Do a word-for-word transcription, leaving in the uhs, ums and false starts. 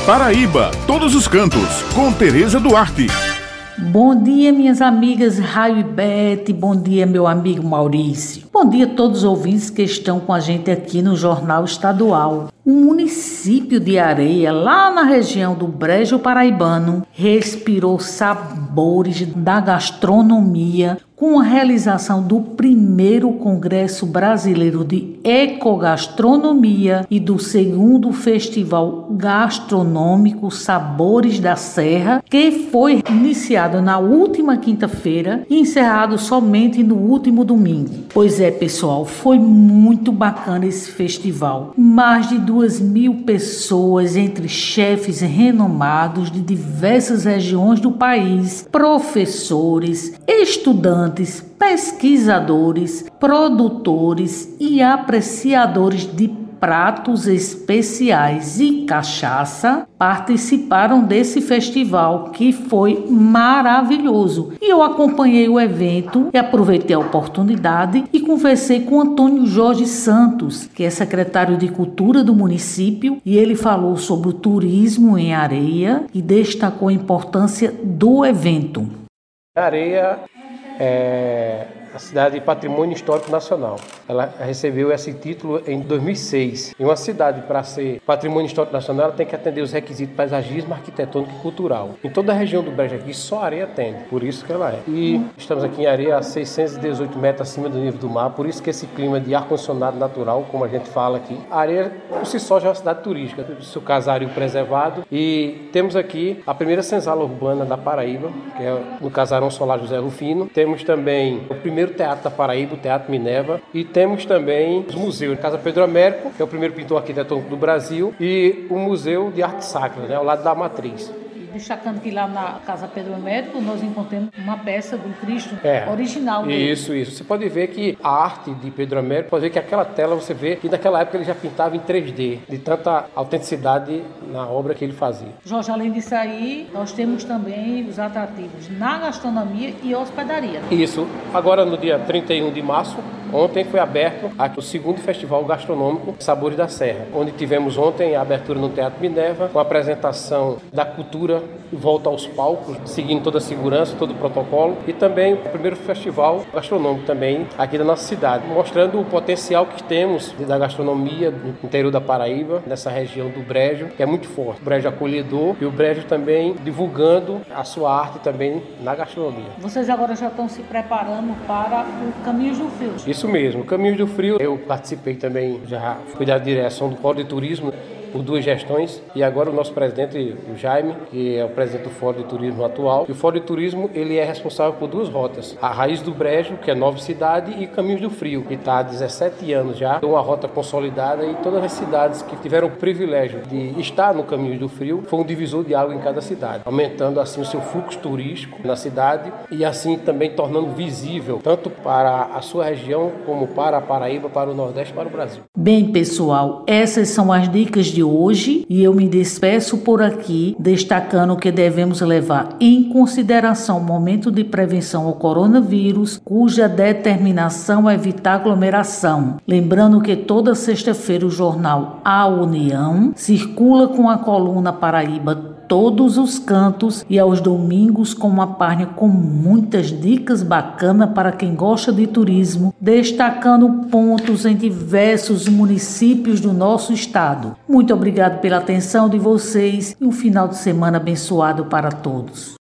Paraíba, todos os cantos, com Tereza Duarte. Bom dia, minhas amigas Raio e Bete, bom dia, meu amigo Maurício. Bom dia a todos os ouvintes que estão com a gente aqui no Jornal Estadual. O município de Areia, lá na região do Brejo Paraibano, respirou sabores da gastronomia com a realização do primeiro Congresso Brasileiro de Ecogastronomia e do segundo Festival Gastronômico Sabores da Serra, que foi iniciado na última quinta-feira e encerrado somente no último domingo. Pois é, pessoal, foi muito bacana esse festival. Mais de duas mil pessoas, entre chefes renomados de diversas regiões do país, professores, estudantes, pesquisadores, produtores e apreciadores de pratos especiais e cachaça participaram desse festival, que foi maravilhoso. E eu acompanhei o evento e aproveitei a oportunidade e conversei com Antônio Jorge Santos, que é secretário de Cultura do município, e ele falou sobre o turismo em Areia e destacou a importância do evento. Areia é a cidade de Patrimônio Histórico Nacional. Ela recebeu esse título em dois mil e seis. E uma cidade, para ser Patrimônio Histórico Nacional, ela tem que atender os requisitos de paisagismo, arquitetônico e cultural. Em toda a região do Brejo aqui, só Areia atende. Por isso que ela é. E estamos aqui em Areia a seiscentos e dezoito metros acima do nível do mar. Por isso que esse clima de ar-condicionado natural, como a gente fala aqui. A Areia, por si só, já é uma cidade turística. Seu casário preservado. E temos aqui a primeira senzala urbana da Paraíba, que é no Casarão Solar José Rufino. Temos também o primeiro Teatro da Paraíba, o Teatro Minerva, e temos também os museus, Casa Pedro Américo, que é o primeiro pintor arquitetônico do Brasil, e o Museu de Arte Sacra, né, ao lado da Matriz. Destacando que lá na Casa Pedro Américo nós encontramos uma peça do Cristo é, original dele. Isso, isso. Você pode ver que a arte de Pedro Américo, pode ver que aquela tela você vê que naquela época ele já pintava em três D, de tanta autenticidade na obra que ele fazia. Jorge, além disso aí, nós temos também os atrativos na gastronomia e hospedaria. Isso. Agora no dia trinta e um de março, ontem foi aberto aqui o segundo Festival Gastronômico Sabores da Serra, onde tivemos ontem a abertura no Teatro Minerva, com a apresentação da cultura volta aos palcos, seguindo toda a segurança, todo o protocolo, e também o primeiro festival gastronômico também aqui da nossa cidade, mostrando o potencial que temos da gastronomia no interior da Paraíba, nessa região do Brejo, que é muito forte. O Brejo acolhedor e o Brejo também divulgando a sua arte também na gastronomia. Vocês agora já estão se preparando para o Caminhos do Frio. Isso mesmo, Caminhos do Frio, eu participei também, já fui da direção do Fórum de Turismo por duas gestões, e agora o nosso presidente, o Jaime, que é o presidente do Fórum de Turismo atual. E o Fórum de Turismo, ele é responsável por duas rotas: a Raiz do Brejo, que é Nova Cidade, e Caminhos do Frio, que está há dezessete anos já, uma rota consolidada, e todas as cidades que tiveram o privilégio de estar no Caminhos do Frio, foi um divisor de água em cada cidade, aumentando assim o seu fluxo turístico na cidade e assim também tornando visível tanto para a sua região como para a Paraíba, para o Nordeste, para o Brasil. Bem, pessoal, essas são as dicas de hoje e eu me despeço por aqui, destacando que devemos levar em consideração o momento de prevenção ao coronavírus, cuja determinação é evitar aglomeração. Lembrando que toda sexta-feira o jornal A União circula com a coluna Paraíba todos os cantos e aos domingos com uma página com muitas dicas bacanas para quem gosta de turismo, destacando pontos em diversos municípios do nosso estado. Muito obrigado pela atenção de vocês e um final de semana abençoado para todos.